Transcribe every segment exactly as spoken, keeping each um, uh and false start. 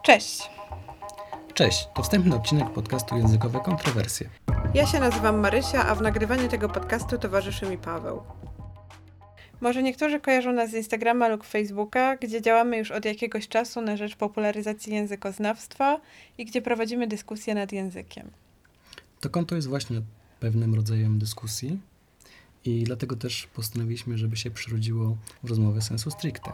Cześć! Cześć, to wstępny odcinek podcastu Językowe Kontrowersje. Ja się nazywam Marysia, a w nagrywaniu tego podcastu towarzyszy mi Paweł. Może niektórzy kojarzą nas z Instagrama lub Facebooka, gdzie działamy już od jakiegoś czasu na rzecz popularyzacji językoznawstwa i gdzie prowadzimy dyskusje nad językiem. To konto jest właśnie pewnym rodzajem dyskusji i dlatego też postanowiliśmy, żeby się przyrodziło w rozmowę sensu stricte.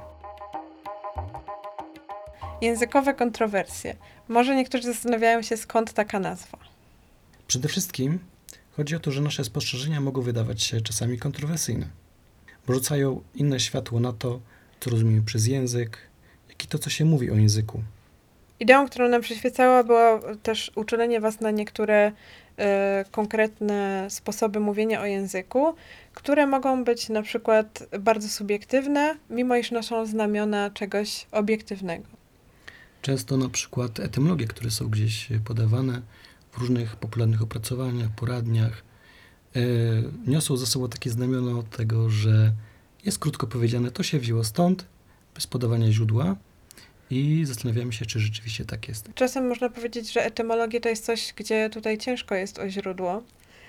Językowe kontrowersje. Może niektórzy zastanawiają się, skąd taka nazwa. Przede wszystkim chodzi o to, że nasze spostrzeżenia mogą wydawać się czasami kontrowersyjne, bo rzucają inne światło na to, co rozumiemy przez język, jak i to, co się mówi o języku. Ideą, którą nam przyświecała, było też uczulenie Was na niektóre y, konkretne sposoby mówienia o języku, które mogą być na przykład bardzo subiektywne, mimo iż noszą znamiona czegoś obiektywnego. Często na przykład etymologie, które są gdzieś podawane w różnych popularnych opracowaniach, poradniach, yy, niosą ze sobą takie znamiona tego, że jest krótko powiedziane, to się wzięło stąd, bez podawania źródła i zastanawiamy się, czy rzeczywiście tak jest. Czasem można powiedzieć, że etymologia to jest coś, gdzie tutaj ciężko jest o źródło,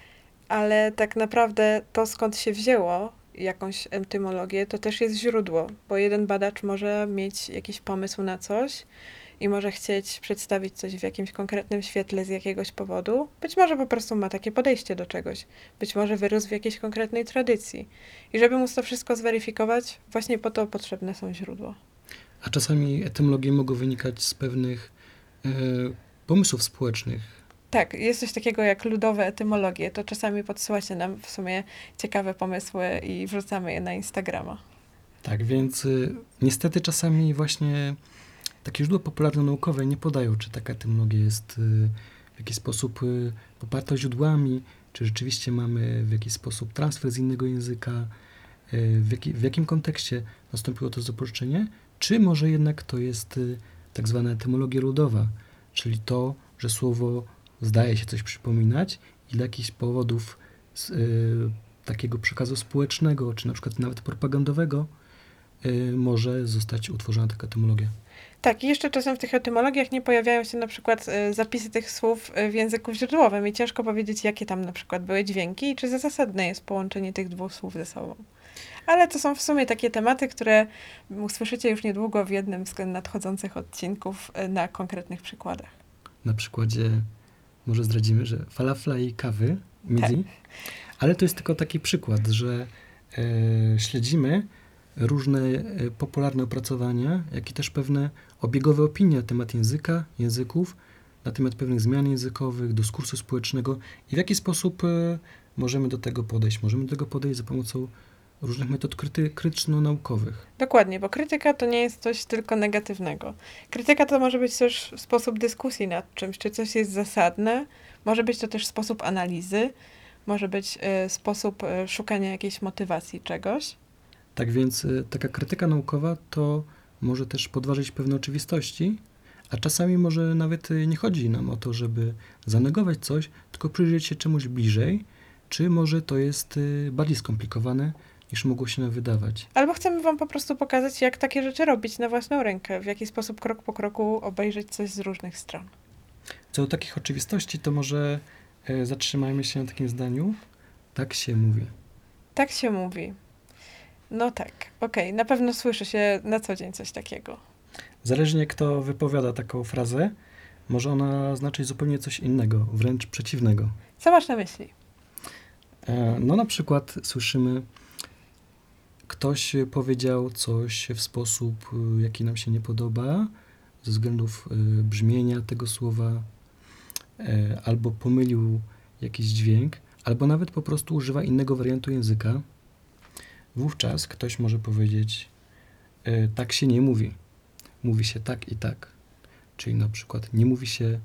ale tak naprawdę to, skąd się wzięło jakąś etymologię, to też jest źródło, bo jeden badacz może mieć jakiś pomysł na coś i może chcieć przedstawić coś w jakimś konkretnym świetle z jakiegoś powodu. Być może po prostu ma takie podejście do czegoś. Być może wyrósł w jakiejś konkretnej tradycji. I żeby móc to wszystko zweryfikować, właśnie po to potrzebne są źródła. A czasami etymologie mogą wynikać z pewnych e, pomysłów społecznych. Tak, jest coś takiego jak ludowe etymologie. To czasami podsyłacie nam w sumie ciekawe pomysły i wrzucamy je na Instagrama. Tak, więc y, niestety czasami właśnie takie źródła popularno-naukowe nie podają, czy taka etymologia jest y, w jakiś sposób y, poparta źródłami, czy rzeczywiście mamy w jakiś sposób transfer z innego języka, y, w, jaki, w jakim kontekście nastąpiło to zapożyczenie, czy może jednak to jest y, tak zwana etymologia ludowa, czyli to, że słowo zdaje się coś przypominać i dla jakichś powodów z, y, takiego przekazu społecznego, czy na przykład nawet propagandowego, y, może zostać utworzona taka etymologia. Tak, i jeszcze czasem w tych etymologiach nie pojawiają się na przykład y, zapisy tych słów y, w języku źródłowym i ciężko powiedzieć, jakie tam na przykład były dźwięki i czy za zasadne jest połączenie tych dwóch słów ze sobą. Ale to są w sumie takie tematy, które usłyszycie już niedługo w jednym z nadchodzących odcinków y, na konkretnych przykładach. Na przykładzie może zdradzimy, że falafla i kawy, midi, tak. Ale to jest tylko taki przykład, że e, śledzimy różne e, popularne opracowania, jak i też pewne obiegowe opinie na temat języka, języków, na temat pewnych zmian językowych, dyskursu społecznego i w jaki sposób e, możemy do tego podejść. Możemy do tego podejść za pomocą różnych metod kryty, krytyczno-naukowych. Dokładnie, bo krytyka to nie jest coś tylko negatywnego. Krytyka to może być też sposób dyskusji nad czymś, czy coś jest zasadne, może być to też sposób analizy, może być y, sposób y, szukania jakiejś motywacji czegoś. Tak więc y, taka krytyka naukowa to może też podważyć pewne oczywistości, a czasami może nawet y, nie chodzi nam o to, żeby zanegować coś, tylko przyjrzeć się czemuś bliżej, czy może to jest y, bardziej skomplikowane, niż mogło się nam wydawać. Albo chcemy wam po prostu pokazać, jak takie rzeczy robić na własną rękę, w jaki sposób krok po kroku obejrzeć coś z różnych stron. Co do takich oczywistości, to może e, zatrzymajmy się na takim zdaniu. Tak się mówi. Tak się mówi. No tak, okej, okay. Na pewno słyszy się na co dzień coś takiego. Zależnie kto wypowiada taką frazę, może ona znaczyć zupełnie coś innego, wręcz przeciwnego. Co masz na myśli? E, no na przykład słyszymy, ktoś powiedział coś w sposób, jaki nam się nie podoba, ze względów brzmienia tego słowa, albo pomylił jakiś dźwięk, albo nawet po prostu używa innego wariantu języka. Wówczas ktoś może powiedzieć, tak się nie mówi. Mówi się tak i tak. Czyli na przykład nie mówi się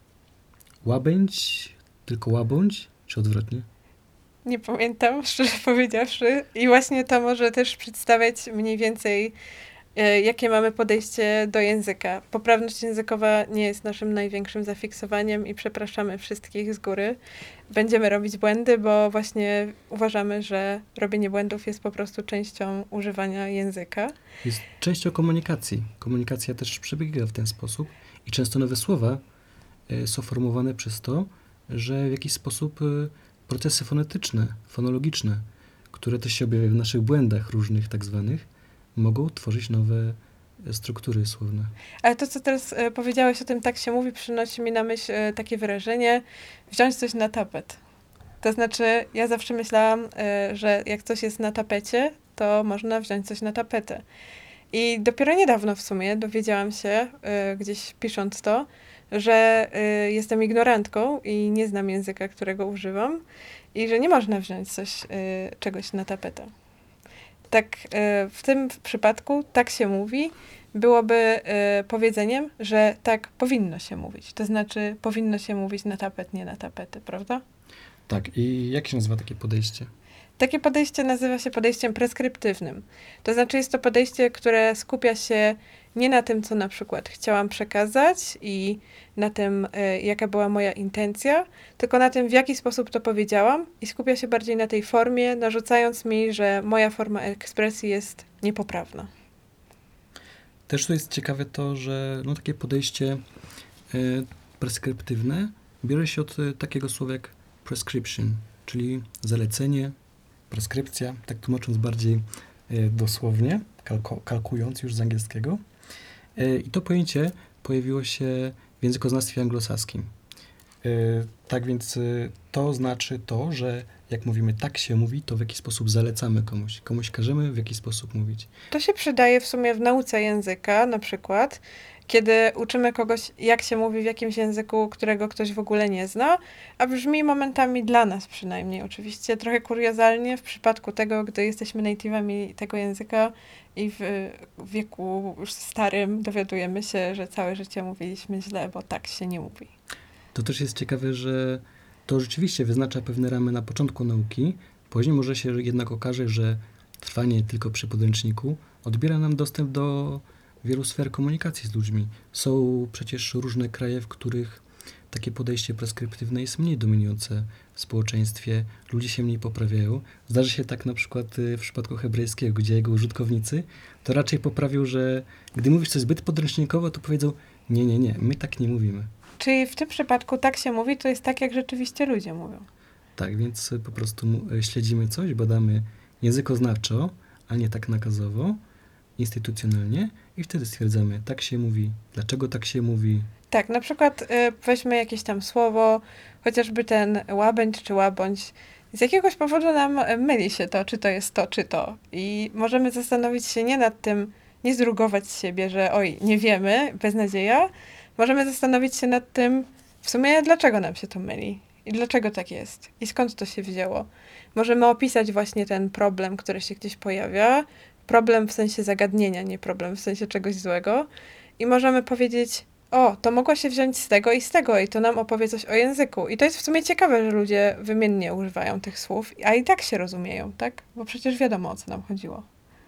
łabędź, tylko łabądź, czy odwrotnie? Nie pamiętam, szczerze powiedziawszy. I właśnie to może też przedstawiać mniej więcej, e, jakie mamy podejście do języka. Poprawność językowa nie jest naszym największym zafiksowaniem i przepraszamy wszystkich z góry. Będziemy robić błędy, bo właśnie uważamy, że robienie błędów jest po prostu częścią używania języka. Jest częścią komunikacji. Komunikacja też przebiega w ten sposób I często nowe słowa y, są formowane przez to, że w jakiś sposób y, procesy fonetyczne, fonologiczne, które też się objawiają w naszych błędach różnych tak zwanych, mogą tworzyć nowe y, struktury słowne. Ale to, co teraz e, powiedziałeś o tym, tak się mówi, przynosi mi na myśl e, takie wyrażenie, wziąć coś na tapet. To znaczy, ja zawsze myślałam, e, że jak coś jest na tapecie, to można wziąć coś na tapetę. I dopiero niedawno w sumie dowiedziałam się, e, gdzieś pisząc to, że e, jestem ignorantką i nie znam języka, którego używam i że nie można wziąć coś, e, czegoś na tapetę. Tak, e, w tym przypadku tak się mówi, byłoby e, powiedzeniem, że tak powinno się mówić. To znaczy, powinno się mówić na tapet, nie na tapety, prawda? Tak, i jak się nazywa takie podejście? Takie podejście nazywa się podejściem preskryptywnym. To znaczy jest to podejście, które skupia się nie na tym, co na przykład chciałam przekazać i na tym, e, jaka była moja intencja, tylko na tym, w jaki sposób to powiedziałam i skupia się bardziej na tej formie, narzucając mi, że moja forma ekspresji jest niepoprawna. Też tu jest ciekawe to, że no, takie podejście y, preskryptywne bierze się od y, takiego słowa jak prescription, czyli zalecenie, preskrypcja, tak tłumacząc bardziej y, dosłownie, kalko, kalkując już z angielskiego. Y, I to pojęcie pojawiło się w językoznawstwie anglosaskim. Y, tak więc y, to znaczy to, że jak mówimy tak się mówi, to w jakiś sposób zalecamy komuś. Komuś każemy w jakiś sposób mówić. To się przydaje w sumie w nauce języka, na przykład, kiedy uczymy kogoś, jak się mówi w jakimś języku, którego ktoś w ogóle nie zna, a brzmi momentami dla nas przynajmniej, oczywiście trochę kuriozalnie w przypadku tego, gdy jesteśmy native'ami tego języka i w wieku już starym dowiadujemy się, że całe życie mówiliśmy źle, bo tak się nie mówi. To też jest ciekawe, że to rzeczywiście wyznacza pewne ramy na początku nauki. Później może się jednak okaże, że trwanie tylko przy podręczniku odbiera nam dostęp do wielu sfer komunikacji z ludźmi. Są przecież różne kraje, w których takie podejście preskryptywne jest mniej dominujące w społeczeństwie. Ludzie się mniej poprawiają. Zdarzy się tak na przykład y, w przypadku hebrajskiego, gdzie jego użytkownicy to raczej poprawią, że gdy mówisz coś zbyt podręcznikowo, to powiedzą nie, nie, nie, my tak nie mówimy. Czyli w tym przypadku tak się mówi, to jest tak, jak rzeczywiście ludzie mówią. Tak, więc po prostu mu- śledzimy coś, badamy językoznawczo, a nie tak nakazowo, instytucjonalnie i wtedy stwierdzamy, tak się mówi, dlaczego tak się mówi. Tak, na przykład y, weźmy jakieś tam słowo, chociażby ten łabędź czy łabądź. Z jakiegoś powodu nam y, myli się to, czy to jest to, czy to. I możemy zastanowić się nie nad tym, nie zrugować z siebie, że oj, nie wiemy, beznadzieja. Możemy zastanowić się nad tym, w sumie dlaczego nam się to myli i dlaczego tak jest i skąd to się wzięło. Możemy opisać właśnie ten problem, który się gdzieś pojawia. Problem w sensie zagadnienia, nie problem w sensie czegoś złego. I możemy powiedzieć, o, to mogło się wziąć z tego i z tego i to nam opowie coś o języku. I to jest w sumie ciekawe, że ludzie wymiennie używają tych słów, a i tak się rozumieją, tak? Bo przecież wiadomo, o co nam chodziło.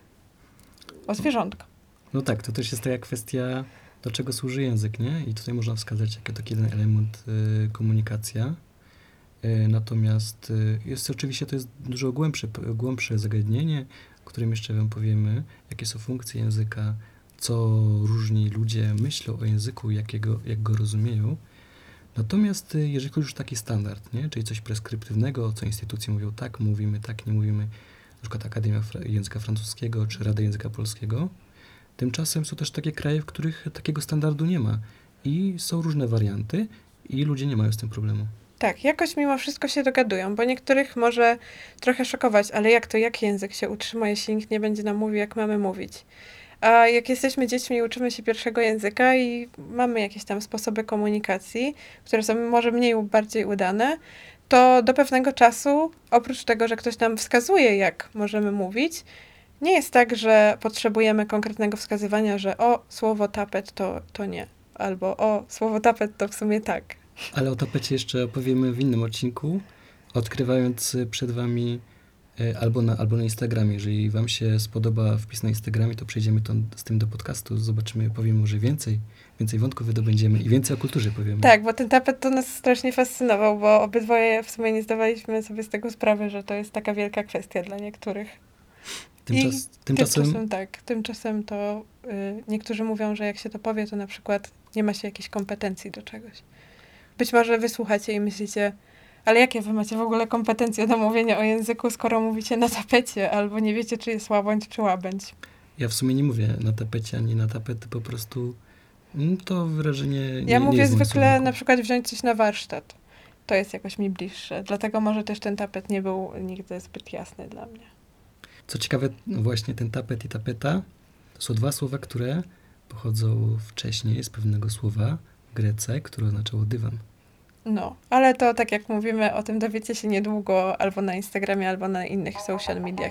O zwierzątko. No tak, to też jest taka kwestia, do czego służy język, nie? I tutaj można wskazać jako taki jeden element y, komunikacja. Y, natomiast y, jest oczywiście to jest dużo głębsze, p- głębsze zagadnienie, o którym jeszcze wam powiemy, jakie są funkcje języka, co różni ludzie myślą o języku, jakiego, jak go rozumieją. Natomiast y, jeżeli chodzi już o taki standard, nie? Czyli coś preskryptywnego, co instytucje mówią tak, mówimy tak, nie mówimy, na przykład Akademia Fra- Języka Francuskiego czy Rada Języka Polskiego, tymczasem są też takie kraje, w których takiego standardu nie ma i są różne warianty i ludzie nie mają z tym problemu. Tak, jakoś mimo wszystko się dogadują, bo niektórych może trochę szokować, ale jak to, jak język się utrzyma, jeśli nikt nie będzie nam mówił, jak mamy mówić? A jak jesteśmy dziećmi i uczymy się pierwszego języka i mamy jakieś tam sposoby komunikacji, które są może mniej lub bardziej udane, to do pewnego czasu, oprócz tego, że ktoś nam wskazuje, jak możemy mówić, nie jest tak, że potrzebujemy konkretnego wskazywania, że o, słowo tapet to, to nie. Albo o, słowo tapet to w sumie tak. Ale o tapecie jeszcze opowiemy w innym odcinku, odkrywając y, przed wami y, albo na, albo na Instagramie. Jeżeli wam się spodoba wpis na Instagramie, to przejdziemy to, z tym do podcastu, zobaczymy, powiemy może więcej, więcej wątków wydobędziemy i więcej o kulturze powiemy. Tak, bo ten tapet to nas strasznie fascynował, bo obydwoje w sumie nie zdawaliśmy sobie z tego sprawy, że to jest taka wielka kwestia dla niektórych. Tymczas, I tymczasem, tymczasem tak, tymczasem to y, niektórzy mówią, że jak się to powie, to na przykład nie ma się jakiejś kompetencji do czegoś. Być może wysłuchacie i myślicie, ale jakie wy macie w ogóle kompetencje do mówienia o języku, skoro mówicie na tapecie, albo nie wiecie, czy jest łabędź, czy łabędź. Ja w sumie nie mówię na tapecie, ani na tapety, po prostu mm, to wyrażenie nie, Ja nie mówię jest w moim zwykle słowniku. na przykład wziąć coś na warsztat. To jest jakoś mi bliższe. Dlatego może też ten tapet nie był nigdy zbyt jasny dla mnie. Co ciekawe, właśnie ten tapet i tapeta to są dwa słowa, które pochodzą wcześniej z pewnego słowa w Grece, które oznaczało dywan. No, ale to tak jak mówimy, o tym dowiecie się niedługo albo na Instagramie, albo na innych social mediach.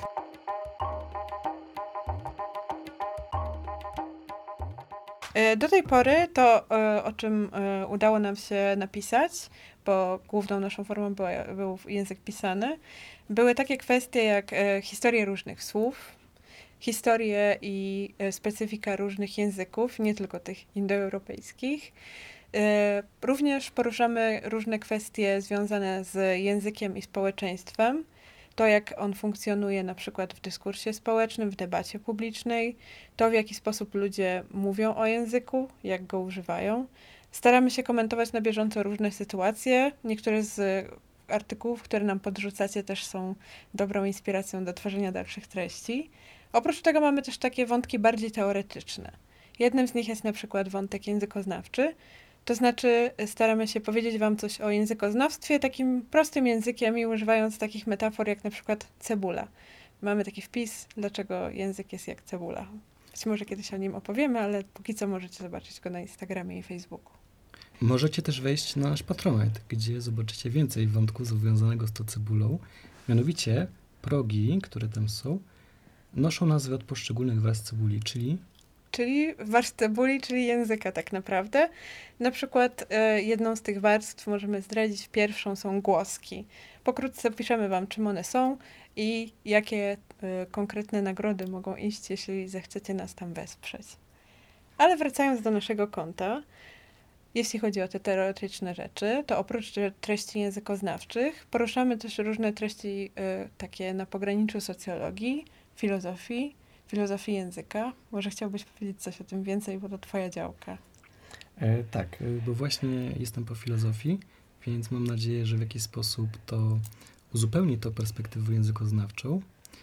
E, Do tej pory to, e, o czym e, udało nam się napisać, bo główną naszą formą była, był język pisany, były takie kwestie jak e, historie różnych słów, historie i e, specyfika różnych języków, nie tylko tych indoeuropejskich. E, Również poruszamy różne kwestie związane z językiem i społeczeństwem. To, jak on funkcjonuje na przykład w dyskursie społecznym, w debacie publicznej, to, w jaki sposób ludzie mówią o języku, jak go używają. Staramy się komentować na bieżąco różne sytuacje. Niektóre z artykułów, które nam podrzucacie, też są dobrą inspiracją do tworzenia dalszych treści. Oprócz tego mamy też takie wątki bardziej teoretyczne. Jednym z nich jest na przykład wątek językoznawczy, to znaczy staramy się powiedzieć wam coś o językoznawstwie takim prostym językiem i używając takich metafor jak na przykład cebula. Mamy taki wpis, dlaczego język jest jak cebula. Być może kiedyś o nim opowiemy, ale póki co możecie zobaczyć go na Instagramie i Facebooku. Możecie też wejść na nasz Patronite, gdzie zobaczycie więcej wątków związanego z tą cebulą. Mianowicie progi, które tam są, noszą nazwy od poszczególnych warstw cebuli, czyli Czyli warstw cebuli, czyli języka tak naprawdę. Na przykład e, jedną z tych warstw możemy zdradzić. Pierwszą są głoski. Pokrótce piszemy wam, czym one są i jakie e, konkretne nagrody mogą iść, jeśli zechcecie nas tam wesprzeć. Ale wracając do naszego konta, jeśli chodzi o te teoretyczne rzeczy, to oprócz treści językoznawczych poruszamy też różne treści e, takie na pograniczu socjologii, filozofii, filozofii języka. Może chciałbyś powiedzieć coś o tym więcej, bo to twoja działka. E, tak, e, bo właśnie jestem po filozofii, więc mam nadzieję, że w jakiś sposób to uzupełni to perspektywę językoznawczą.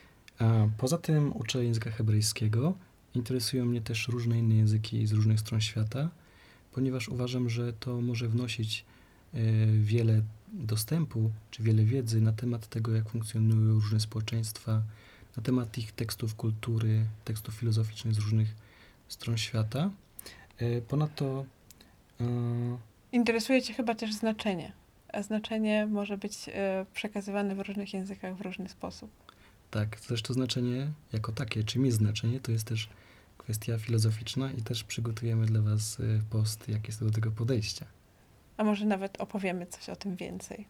A poza tym uczę języka hebrajskiego. Interesują mnie też różne inne języki z różnych stron świata, ponieważ uważam, że to może wnosić e, wiele dostępu, czy wiele wiedzy na temat tego, jak funkcjonują różne społeczeństwa, na temat ich tekstów kultury, tekstów filozoficznych z różnych stron świata. E, Ponadto e, Interesuje cię chyba też znaczenie, a znaczenie może być e, przekazywane w różnych językach w różny sposób. tak, zresztą znaczenie jako takie, czym jest znaczenie, to jest też kwestia filozoficzna i też przygotujemy dla was e, post, jak jest do tego podejście. A może nawet opowiemy coś o tym więcej.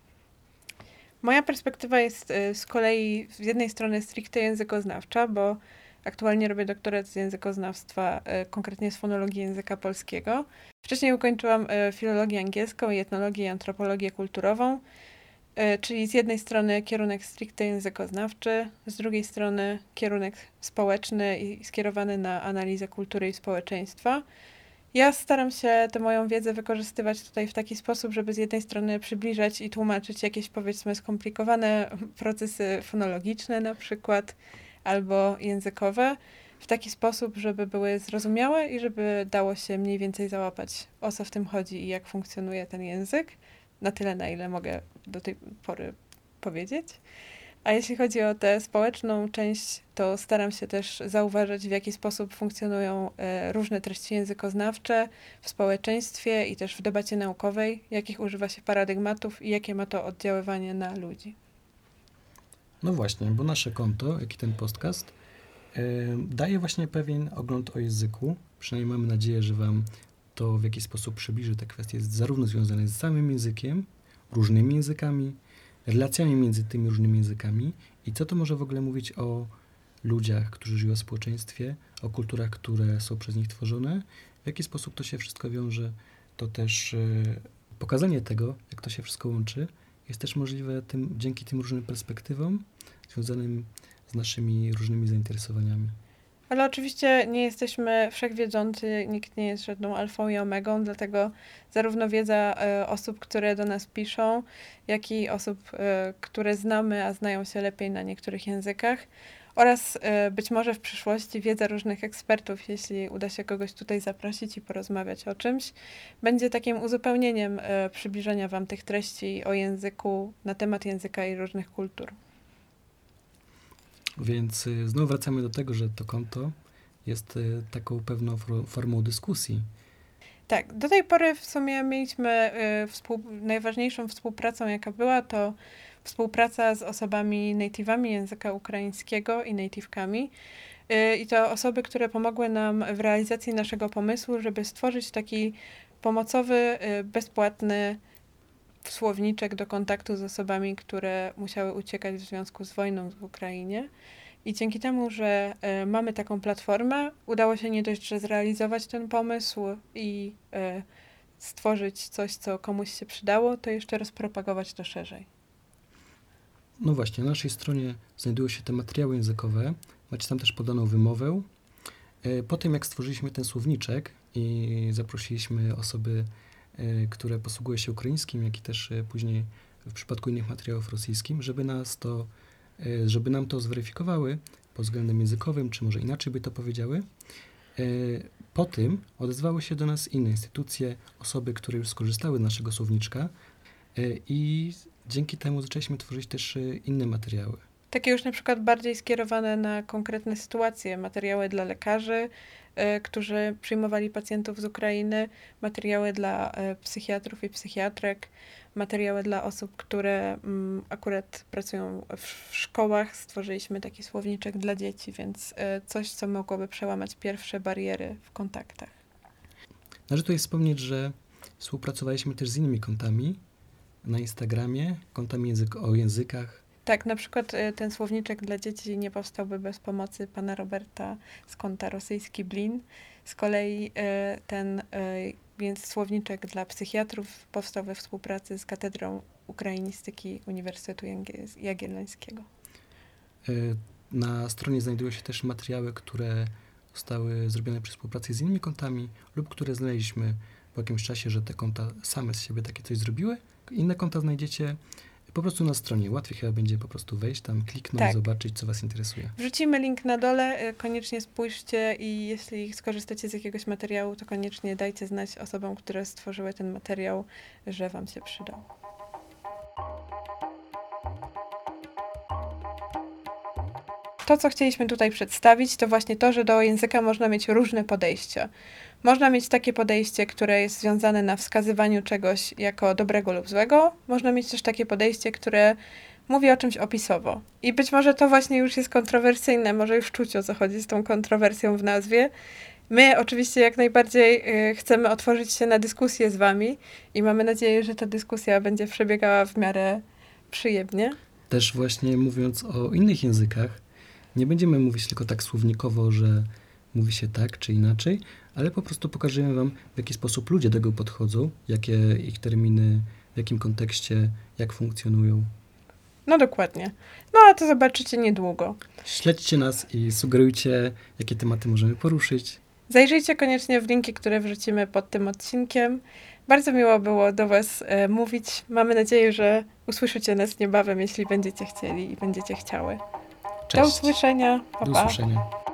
Moja perspektywa jest e, z kolei z jednej strony stricte językoznawcza, bo aktualnie robię doktorat z językoznawstwa, e, konkretnie z fonologii języka polskiego. Wcześniej ukończyłam e, filologię angielską i etnologię i antropologię kulturową, e, czyli z jednej strony kierunek stricte językoznawczy, z drugiej strony kierunek społeczny i skierowany na analizę kultury i społeczeństwa. Ja staram się tę moją wiedzę wykorzystywać tutaj w taki sposób, żeby z jednej strony przybliżać i tłumaczyć jakieś, powiedzmy, skomplikowane procesy fonologiczne na przykład, albo językowe, w taki sposób, żeby były zrozumiałe i żeby dało się mniej więcej załapać, o co w tym chodzi i jak funkcjonuje ten język, na tyle, na ile mogę do tej pory powiedzieć. A jeśli chodzi o tę społeczną część, to staram się też zauważyć, w jaki sposób funkcjonują e, różne treści językoznawcze w społeczeństwie i też w debacie naukowej, jakich używa się paradygmatów i jakie ma to oddziaływanie na ludzi. No właśnie, bo nasze konto, jak i ten podcast, e, daje właśnie pewien ogląd o języku. Przynajmniej mamy nadzieję, że wam to w jakiś sposób przybliży te kwestie zarówno związane z samym językiem, różnymi językami, relacjami między tymi różnymi językami i co to może w ogóle mówić o ludziach, którzy żyją w społeczeństwie, o kulturach, które są przez nich tworzone, w jaki sposób to się wszystko wiąże, to też e, pokazanie tego, jak to się wszystko łączy, jest też możliwe tym, dzięki tym różnym perspektywom związanym z naszymi różnymi zainteresowaniami. Ale oczywiście nie jesteśmy wszechwiedzący, nikt nie jest żadną alfą i omegą, dlatego zarówno wiedza e, osób, które do nas piszą, jak i osób, e, które znamy, a znają się lepiej na niektórych językach, oraz e, być może w przyszłości wiedza różnych ekspertów, jeśli uda się kogoś tutaj zaprosić i porozmawiać o czymś, będzie takim uzupełnieniem e, przybliżenia wam tych treści o języku, na temat języka i różnych kultur. Więc y, znowu wracamy do tego, że to konto jest y, taką pewną for- formą dyskusji. Tak, do tej pory w sumie mieliśmy y, współ, najważniejszą współpracą, jaka była, to współpraca z osobami native'ami języka ukraińskiego i native'kami. Y, I to osoby, które pomogły nam w realizacji naszego pomysłu, żeby stworzyć taki pomocowy, y, bezpłatny słowniczek do kontaktu z osobami, które musiały uciekać w związku z wojną w Ukrainie. I dzięki temu, że e, mamy taką platformę, udało się nie dość, że zrealizować ten pomysł i e, stworzyć coś, co komuś się przydało, to jeszcze rozpropagować to szerzej. No właśnie, na naszej stronie znajdują się te materiały językowe. Macie tam też podaną wymowę. E, Po tym, jak stworzyliśmy ten słowniczek i zaprosiliśmy osoby, e, które posługują się ukraińskim, jak i też e, później w przypadku innych materiałów rosyjskim, żeby nas to, e, żeby nam to zweryfikowały pod względem językowym, czy może inaczej by to powiedziały. E, Po tym odezwały się do nas inne instytucje, osoby, które już skorzystały z naszego słowniczka e, i dzięki temu zaczęliśmy tworzyć też e, inne materiały. Takie już na przykład bardziej skierowane na konkretne sytuacje, materiały dla lekarzy, e, którzy przyjmowali pacjentów z Ukrainy, materiały dla e, psychiatrów i psychiatrek, materiały dla osób, które mm, akurat pracują w, w szkołach. Stworzyliśmy taki słowniczek dla dzieci, więc e, coś, co mogłoby przełamać pierwsze bariery w kontaktach. Należy tutaj wspomnieć, że współpracowaliśmy też z innymi kontami na Instagramie, kontami język o językach. Tak, na przykład e, ten słowniczek dla dzieci nie powstałby bez pomocy pana Roberta z konta Rosyjski Blin. Z kolei e, ten e, więc słowniczek dla psychiatrów powstał we współpracy z Katedrą Ukrainistyki Uniwersytetu Jagie- Jagiellońskiego. E, Na stronie znajdują się też materiały, które zostały zrobione przy współpracy z innymi kontami lub które znaleźliśmy po jakimś czasie, że te konta same z siebie takie coś zrobiły. Inne konta znajdziecie po prostu na stronie. Łatwiej chyba będzie po prostu wejść tam, kliknąć, Tak. zobaczyć, co was interesuje. Wrzucimy link na dole, e, koniecznie spójrzcie i jeśli skorzystacie z jakiegoś materiału, to koniecznie dajcie znać osobom, które stworzyły ten materiał, że wam się przydał. To, co chcieliśmy tutaj przedstawić, to właśnie to, że do języka można mieć różne podejścia. Można mieć takie podejście, które jest związane na wskazywaniu czegoś jako dobrego lub złego. Można mieć też takie podejście, które mówi o czymś opisowo. I być może to właśnie już jest kontrowersyjne, może już czuć, o co chodzi z tą kontrowersją w nazwie. My oczywiście jak najbardziej y, chcemy otworzyć się na dyskusję z wami i mamy nadzieję, że ta dyskusja będzie przebiegała w miarę przyjemnie. Też właśnie mówiąc o innych językach, nie będziemy mówić tylko tak słownikowo, że mówi się tak czy inaczej, ale po prostu pokażemy wam, w jaki sposób ludzie do tego podchodzą, jakie ich terminy, w jakim kontekście, jak funkcjonują. No dokładnie. No a to zobaczycie niedługo. Śledźcie nas i sugerujcie, jakie tematy możemy poruszyć. Zajrzyjcie koniecznie w linki, które wrzucimy pod tym odcinkiem. Bardzo miło było do was e, mówić. Mamy nadzieję, że usłyszycie nas niebawem, jeśli będziecie chcieli i będziecie chciały. Cześć. Do usłyszenia. Pa, Do pa. usłyszenia.